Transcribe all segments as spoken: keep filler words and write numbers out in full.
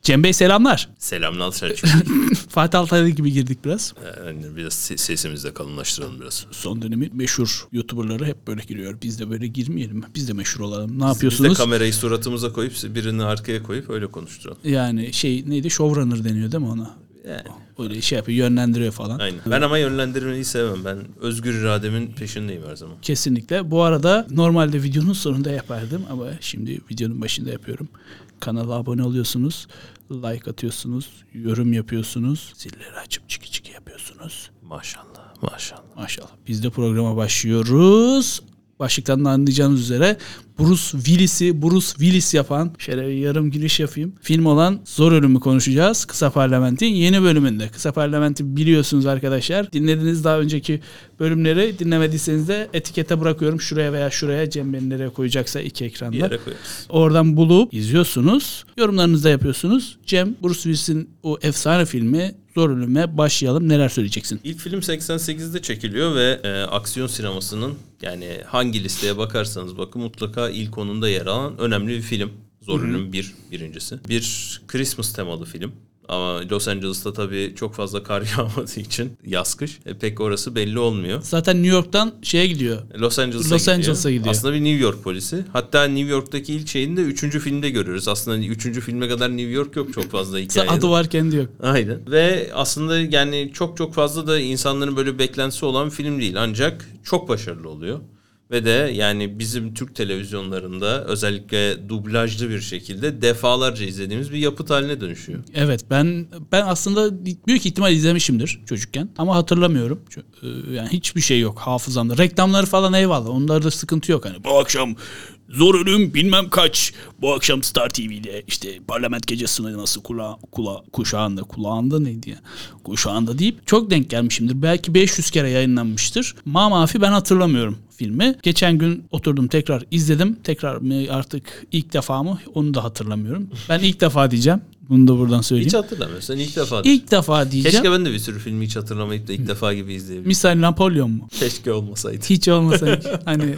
Cem Bey selamlar. Selamlar Selçuk. Fatih Altaylı gibi girdik biraz. Yani biraz sesimizi de kalınlaştıralım biraz. Son dönemin meşhur YouTuber'ları hep böyle giriyor. Biz de böyle girmeyelim mi? Biz de meşhur olalım. Ne yapıyorsunuz? Biz de kamerayı suratımıza koyup birini arkaya koyup öyle konuşturalım. Yani şey neydi? Showrunner deniyor değil mi ona? Yani. Öyle şey yapıyor, yönlendiriyor falan. Aynen. Ben ama yönlendirmeyi sevmem. Ben özgür irademin peşindeyim her zaman. Kesinlikle. Bu arada normalde videonun sonunda yapardım ama şimdi videonun başında yapıyorum. Kanala abone oluyorsunuz, like atıyorsunuz, yorum yapıyorsunuz, zilleri açıp çiki çiki yapıyorsunuz. Maşallah, maşallah. Maşallah. Biz de programa başlıyoruz. Başlıktan da anlayacağınız üzere Bruce Willis'i Bruce Willis yapan, şöyle yarım giriş yapayım, film olan Zor Ölüm'ü konuşacağız. Kısa Parlament'in yeni bölümünde. Kısa Parlament'i biliyorsunuz arkadaşlar. Dinlediğiniz daha önceki bölümleri, dinlemediyseniz de etikete bırakıyorum. Şuraya veya şuraya, Cem beni nereye koyacaksa iki ekranda. Bir yere koyarız. Oradan bulup izliyorsunuz. Yorumlarınızı da yapıyorsunuz. Cem, Bruce Willis'in o efsane filmi Zor Ölüm'e başlayalım. Neler söyleyeceksin? İlk film seksen sekizde çekiliyor ve e, aksiyon sinemasının, yani hangi listeye bakarsanız bakın mutlaka ilk onunda yer alan önemli bir film. Zor Ölüm bir, birincisi. Bir Christmas temalı film. Ama Los Angeles'ta tabii çok fazla kar yağmadığı için yaz kış e, pek orası belli olmuyor. Zaten New York'tan şeye gidiyor. Los Angeles'a, Los gidiyor. Angeles'a gidiyor. Aslında bir New York polisi. Hatta New York'taki ilk şeyini de üçüncü filmde görüyoruz. Aslında üçüncü filme kadar New York yok çok fazla hikayede. Adı var, kendi yok. Aynen. Ve aslında yani çok çok fazla da insanların böyle beklentisi olan bir film değil. Ancak çok başarılı oluyor. Ve de yani bizim Türk televizyonlarında özellikle dublajlı bir şekilde defalarca izlediğimiz bir yapıt haline dönüşüyor. Evet, ben ben aslında büyük ihtimal izlemişimdir çocukken ama hatırlamıyorum. Yani hiçbir şey yok hafızamda. Reklamları falan eyvallah, onlarda sıkıntı yok. Hani bu akşam Zor Ölüm bilmem kaç, bu akşam Star T V'de işte Parlament Gecesi nasıl kula, kula, kuşağında kulağında neydi ya kuşağında deyip çok denk gelmişimdir. Belki beş yüz kere yayınlanmıştır. Mamafi ben hatırlamıyorum filmi. Geçen gün oturdum, tekrar izledim. Tekrar mı artık ilk defa mı onu da hatırlamıyorum. Ben ilk defa diyeceğim. Bunu da buradan söyleyeyim. Hiç hatırlamıyorsun. İlk defa. İlk defa diyeceğim. Keşke ben de bir sürü filmi hiç hatırlamayıp da ilk defa gibi izleyebilirdim. Misal Napolyon mu? Keşke olmasaydı. Hiç olmasaydı. Hani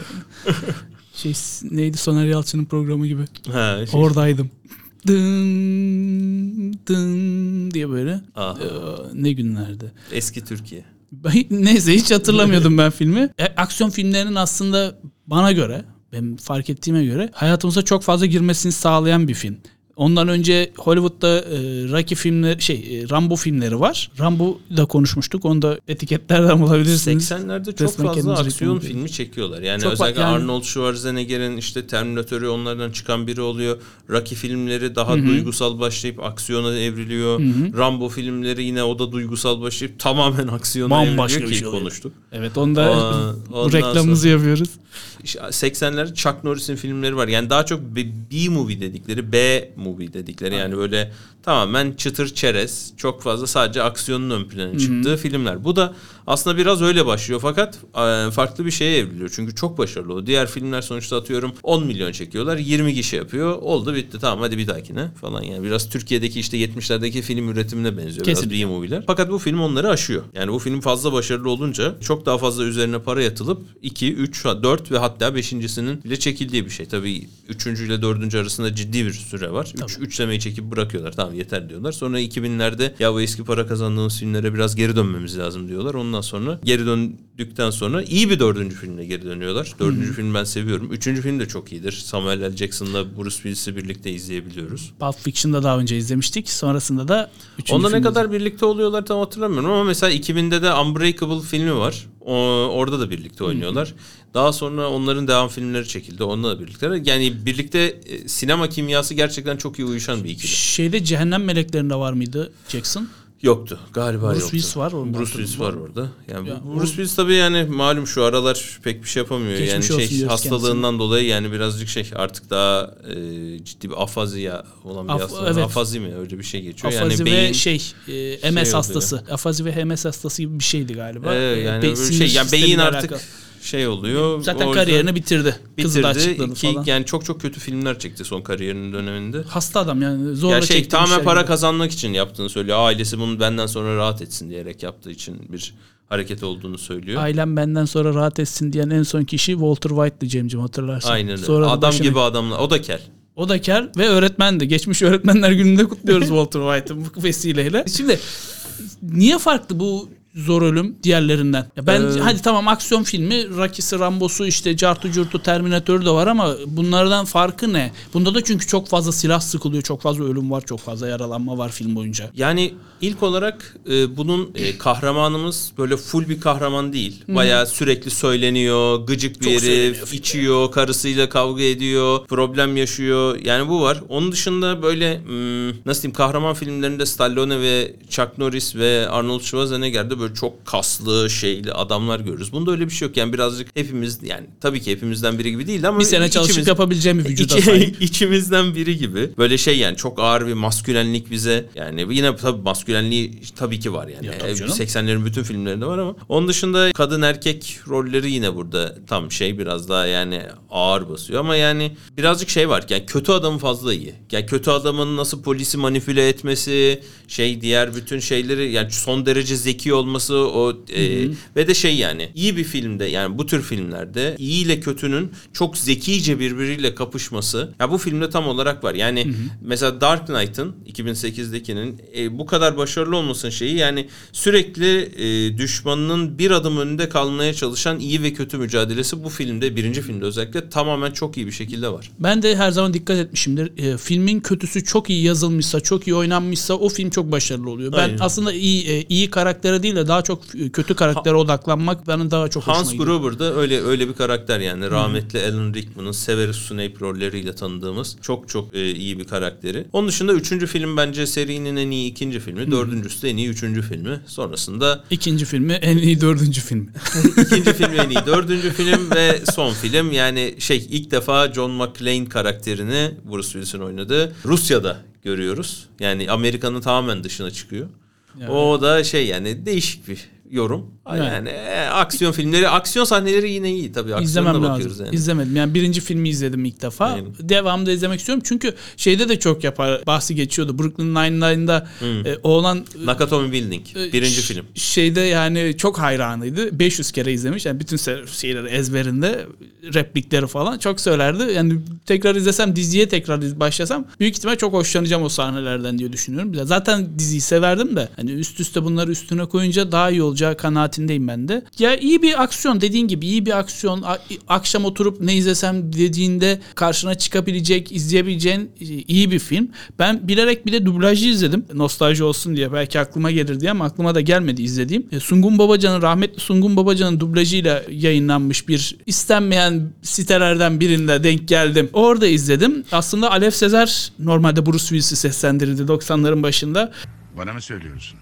şey neydi, Soner Yalçın'ın programı gibi. Ha, şey. Oradaydım. Dın dın diye böyle. Ee, ne günlerdi. Eski Türkiye. Neyse, hiç hatırlamıyordum ben filmi. E, aksiyon filmlerinin aslında bana göre, benim fark ettiğime göre hayatımıza çok fazla girmesini sağlayan bir film. Ondan önce Hollywood'da e, Rocky filmleri, şey e, Rambo filmleri var. Rambo'da konuşmuştuk. Onu da etiketlerden bulabilirsiniz. seksenlerde çok Resmen fazla aksiyon filmi çekiyorlar. Yani çok özellikle yani, Arnold Schwarzenegger'in işte Terminator'ı onlardan çıkan biri oluyor. Rocky filmleri daha Hı-hı. duygusal başlayıp aksiyona evriliyor. Hı-hı. Rambo filmleri yine o da duygusal başlayıp tamamen aksiyona bambaşka evriliyor ki şey konuştuk. Evet, onda bu reklamımızı sonra yapıyoruz. seksenlerde Chuck Norris'in filmleri var. Yani daha çok B-movie dedikleri, B-movie dedikleri yani Aynen. böyle tamamen çıtır çerez, çok fazla sadece aksiyonun ön plana çıktığı Hı-hı. filmler. Bu da aslında biraz öyle başlıyor fakat farklı bir şeye evriliyor. Çünkü çok başarılı o. Diğer filmler sonuçta atıyorum on milyon çekiyorlar, yirmi gişe yapıyor. Oldu bitti, tamam hadi bir dahakine falan yani. Biraz Türkiye'deki işte yetmişlerdeki film üretimine benziyor. Kesin. Biraz B-movie'ler. Fakat bu film onları aşıyor. Yani bu film fazla başarılı olunca çok daha fazla üzerine para yatılıp iki, üç, dört ve hatta beşincisinin bile çekildiği bir şey. Tabii üçüncü ile dördüncü arasında ciddi bir süre var. Üç, üçlemeyi çekip bırakıyorlar. Tamam yeter diyorlar. Sonra iki binlerde ya bu eski para kazandığımız filmlere biraz geri dönmemiz lazım diyorlar. Ondan sonra geri döndükten sonra iyi bir dördüncü filmle geri dönüyorlar. Dördüncü hmm. film ben seviyorum. Üçüncü film de çok iyidir. Samuel L. Jackson'la Bruce Willis'i birlikte izleyebiliyoruz. Pulp Fiction'da daha önce izlemiştik. Sonrasında da üçüncü Onda ne kadar birlikte oluyorlar tam hatırlamıyorum ama mesela iki binde de Unbreakable filmi var. O, orada da birlikte oynuyorlar. Hmm. Daha sonra onların devam filmleri çekildi. Onunla da birlikte. Yani birlikte e, sinema kimyası gerçekten çok iyi uyuşan bir ikili. Şeyde Cehennem Meleklerinde var mıydı Jackson? Yoktu. Galiba Bruce yoktu. Willis var orada. Bruce Willis var orada. Yani ya, Bruce Willis tabii yani malum şu aralar pek bir şey yapamıyor. Geçmiş yani şey hastalığından kendisine. Dolayı yani birazcık şey artık daha e, ciddi bir afazi ya olan bir Af, hastalık. Evet. Afazi mi öyle bir şey geçiyor. Afazi yani ve beyin, şey e, M S şey hastası. Oluyor. Afazi ve M S hastası gibi bir şeydi galiba. Ee, yani Be- böyle şey yani beyin artık alakalı. Şey oluyor. Zaten kariyerini bitirdi. Bitirdi. Ki, falan. Yani çok çok kötü filmler çekti son kariyerinin döneminde. Hasta adam yani zorla ya şey, çekti. Tamamen para gibi. Kazanmak için yaptığını söylüyor. Ailesi bunu benden sonra rahat etsin diyerek yaptığı için bir hareket olduğunu söylüyor. Ailem benden sonra rahat etsin diyen en son kişi Walter White'lı Cem'cim, hatırlarsın. Aynen öyle. Adam başına... gibi adamlar. O da kel. O da kel ve öğretmendi. Geçmiş öğretmenler gününde kutluyoruz Walter White'ı bu vesileyle. Şimdi niye farklı bu Zor Ölüm diğerlerinden? Ya ben ee, hadi tamam aksiyon filmi, Rocky'si, Rambo'su, işte Cartu Curtu, Terminator'u da var ama bunlardan farkı ne? Bunda da çünkü çok fazla silah sıkılıyor, çok fazla ölüm var, çok fazla yaralanma var film boyunca. Yani ilk olarak e, bunun e, kahramanımız böyle full bir kahraman değil. Hmm. Bayağı sürekli söyleniyor, gıcık bir herif, içiyor, karısıyla kavga ediyor, problem yaşıyor. Yani bu var. Onun dışında böyle hmm, nasıl diyeyim, kahraman filmlerinde Stallone ve Chuck Norris ve Arnold Schwarzenegger'de böyle çok kaslı, şeyli adamlar görürüz. Bunda öyle bir şey yok. Yani birazcık hepimiz, yani tabii ki hepimizden biri gibi değil ama bir sene çalışıp içimiz, yapabileceğim bir vücuda sahip. İçimizden biri gibi. Böyle şey yani çok ağır bir maskülenlik bize. Yani yine tabii maskülenliği tabii ki var yani. Ya, seksenlerin bütün filmlerinde var ama onun dışında kadın erkek rolleri yine burada tam şey biraz daha yani ağır basıyor ama yani birazcık şey var. Yani kötü adamı fazla iyi. Yani kötü adamın nasıl polisi manipüle etmesi, şey diğer bütün şeyleri, yani son derece zeki olması o e, ve de şey yani iyi bir filmde, yani bu tür filmlerde iyi ile kötünün çok zekice birbiriyle kapışması ya bu filmde tam olarak var. Yani hı hı. mesela Dark Knight'ın iki bin sekizdekinin e, bu kadar başarılı olmasının şeyi yani sürekli e, düşmanının bir adım önünde kalmaya çalışan iyi ve kötü mücadelesi bu filmde, birinci filmde özellikle tamamen çok iyi bir şekilde var. Ben de her zaman dikkat etmişimdir. E, filmin kötüsü çok iyi yazılmışsa, çok iyi oynanmışsa o film çok başarılı oluyor. Ben Aynen. aslında iyi e, iyi karaktere değil de daha çok kötü karaktere ha, odaklanmak bana daha çok hoşuma Hans gidiyor. Hans Gruber da öyle öyle bir karakter yani. Rahmetli hmm. Alan Rickman'ın Severus Snape rolleriyle tanıdığımız çok çok e, iyi bir karakteri. Onun dışında üçüncü film bence serinin en iyi ikinci filmi. Hmm. Dördüncüsü de en iyi üçüncü filmi. Sonrasında ikinci filmi en iyi dördüncü filmi. İkinci filmi en iyi dördüncü film ve son film. Yani şey ilk defa John McClane karakterini Bruce Willis'in oynadığı Rusya'da görüyoruz. Yani Amerika'nın tamamen dışına çıkıyor. Yani. O da şey yani değişik bir yorum. Yani, yani e, aksiyon filmleri, aksiyon sahneleri yine iyi tabii. İzlemem lazım. Yani. İzlemedim. Yani birinci filmi izledim ilk defa. Aynen. Devamında izlemek istiyorum. Çünkü şeyde de çok yapar. Bahsi geçiyordu. Brooklyn Nine-Nine'da hmm. e, oğlan Nakatomi Building. Birinci e, film. Şeyde yani çok hayranıydı. beş yüz kere izlemiş. Yani bütün şeyleri ezberinde. Replikleri falan çok söylerdi. Yani tekrar izlesem, diziye tekrar başlasam büyük ihtimal çok hoşlanacağım o sahnelerden diye düşünüyorum. Zaten diziyi severdim de hani üst üste bunları üstüne koyunca daha iyi olacağı kanaatindeyim ben de. Ya iyi bir aksiyon, dediğin gibi iyi bir aksiyon. Akşam oturup ne izlesem dediğinde karşına çıkabilecek, izleyebileceğin iyi bir film. Ben bilerek bir de dublajı izledim. Nostalji olsun diye, belki aklıma gelir diye ama aklıma da gelmedi izlediğim. Sungun Babacan'ın, rahmetli Sungun Babacan'ın dublajıyla yayınlanmış bir istenmeyen sitelerden birinde denk geldim. Orada izledim. Aslında Alev Sezer normalde Bruce Willis'i seslendirirdi doksanların başında. Bana mı söylüyorsun?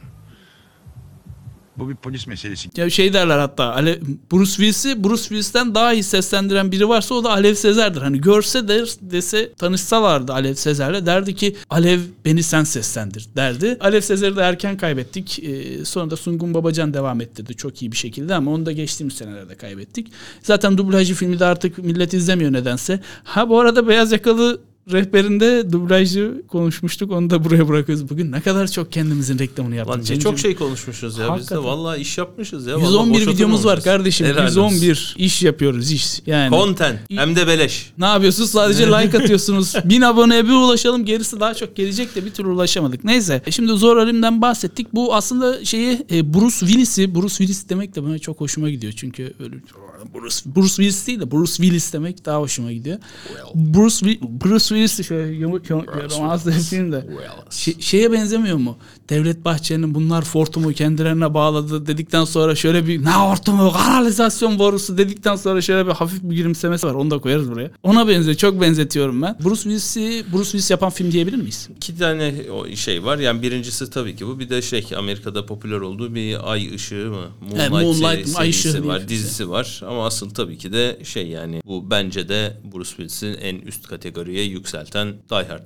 Bu bir polis meselesi. Ya şey derler hatta, Alev, Bruce Willis'i Bruce Willis'ten daha iyi seslendiren biri varsa o da Alev Sezer'dir. Hani görse de dese, tanışsalardı Alev Sezer'le, derdi ki Alev beni sen seslendir derdi. Alev Sezer'i de erken kaybettik. Ee, sonra da Sungun Babacan devam ettirdi çok iyi bir şekilde ama onu da geçtiğimiz senelerde kaybettik. Zaten dublajlı filmi de artık millet izlemiyor nedense. Ha bu arada Beyaz Yakalı rehberinde dublajcı konuşmuştuk. Onu da buraya bırakıyoruz bugün. Ne kadar çok kendimizin reklamını yaptık. Lan, çok şey konuşmuşuz ya. Hakikaten. Biz de vallahi iş yapmışız ya. yüz on bir videomuz var kardeşim. Helal yüz on bir olsun. İş yapıyoruz iş. Yani. Content. Hem de beleş. Ne yapıyorsunuz? Sadece like atıyorsunuz. bin aboneye bir ulaşalım. Gerisi daha çok gelecek de bir türlü ulaşamadık. Neyse. Şimdi Zor Ölüm'den bahsettik. Bu aslında şeyi Bruce Willis'i, Bruce Willis demek de bana çok hoşuma gidiyor. Çünkü öyle Bruce, Bruce Willis değil de Bruce Willis demek daha hoşuma gidiyor. Well. Bruce Bruce Willis şöyle yumuk yumuk yaramaz dediğim de şey, şeye benzemiyor mu? Devlet Bahçeli'nin bunlar Fortum'u kendilerine bağladı dedikten sonra şöyle bir ne hortumu, kanalizasyon borusu dedikten sonra şöyle bir hafif bir gülümsemesi var. Onu da koyarız buraya. Ona benziyor. Çok benzetiyorum ben. Bruce Willis'i Bruce Willis yapan film diyebilir miyiz? İki tane o şey var. Yani birincisi tabii ki bu. Bir de şey Amerika'da popüler olduğu bir Ay Işığı mı? Moonlight, evet, Moonlight seri, Ay Işığı var. Dizisi var. Ama asıl tabii ki de şey yani bu bence de Bruce Willis'in en üst kategoriye yükselten Die Hard'tır.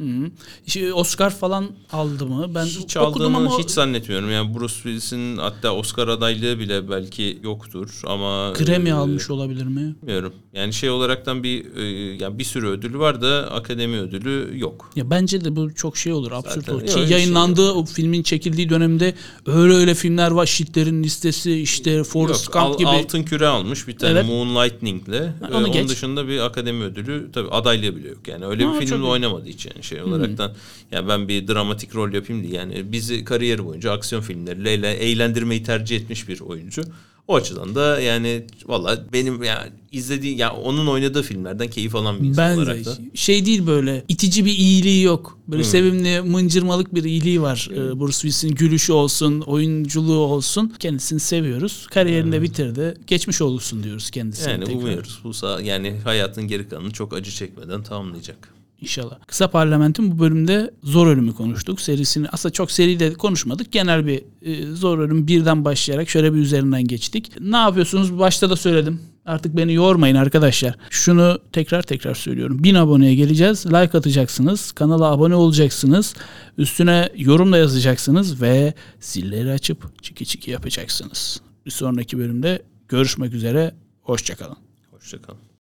Hı. İşte Oscar falan aldı mı? Ben Hiç okudum aldığını ama hiç zannetmiyorum. Yani Bruce Willis'in hatta Oscar adaylığı bile belki yoktur ama Grammy e, almış olabilir mi? bilmiyorum. Yani şey olaraktan bir e, yani bir sürü ödülü var da akademi ödülü yok. Ya bence de bu çok şey olur, absürt Zaten olur. yok, Ki öyle bir yayınlandığı şey yok. o filmin çekildiği dönemde öyle öyle filmler var. Schindler'in Listesi, işte Forrest Yok, Gump al- gibi. altın küre almış bir tane Evet. Moonlightning'le. Ha, Ee, onu onun geç. dışında bir akademi ödülü tabii adaylığı bile yok. Yani öyle Ha, bir çok filmde iyi. oynamadığı için yani şey olaraktan yani ben bir dramatik rol yapayım diye yani bizi kariyeri boyunca aksiyon filmleriyle eğlen- eğlendirmeyi tercih etmiş bir oyuncu. O açıdan da yani valla benim yani izlediği yani onun oynadığı filmlerden keyif alan bir insan Ben olarak de da. şey değil, böyle itici bir iyiliği yok. Böyle Hmm. sevimli, mıncırmalık bir iyiliği var. Ee, Bruce Willis'in gülüşü olsun, oyunculuğu olsun. Kendisini seviyoruz. Kariyerini de bitirdi. Geçmiş olsun diyoruz kendisine Yani tekrar. umuyoruz. Bu sa- yani hayatın geri kalanını çok acı çekmeden tamamlayacak. İnşallah. Kısa Parlament'in bu bölümde Zor Ölüm'ü konuştuk. Serisini aslında çok seriyle konuşmadık. Genel bir e, Zor Ölüm birden başlayarak şöyle bir üzerinden geçtik. Ne yapıyorsunuz? Başta da söyledim. Artık beni yormayın arkadaşlar. Şunu tekrar tekrar söylüyorum. bin aboneye geleceğiz. Like atacaksınız. Kanala abone olacaksınız. Üstüne yorum da yazacaksınız ve zilleri açıp çiki çiki yapacaksınız. Bir sonraki bölümde görüşmek üzere. Hoşça kalın. Hoşça kalın.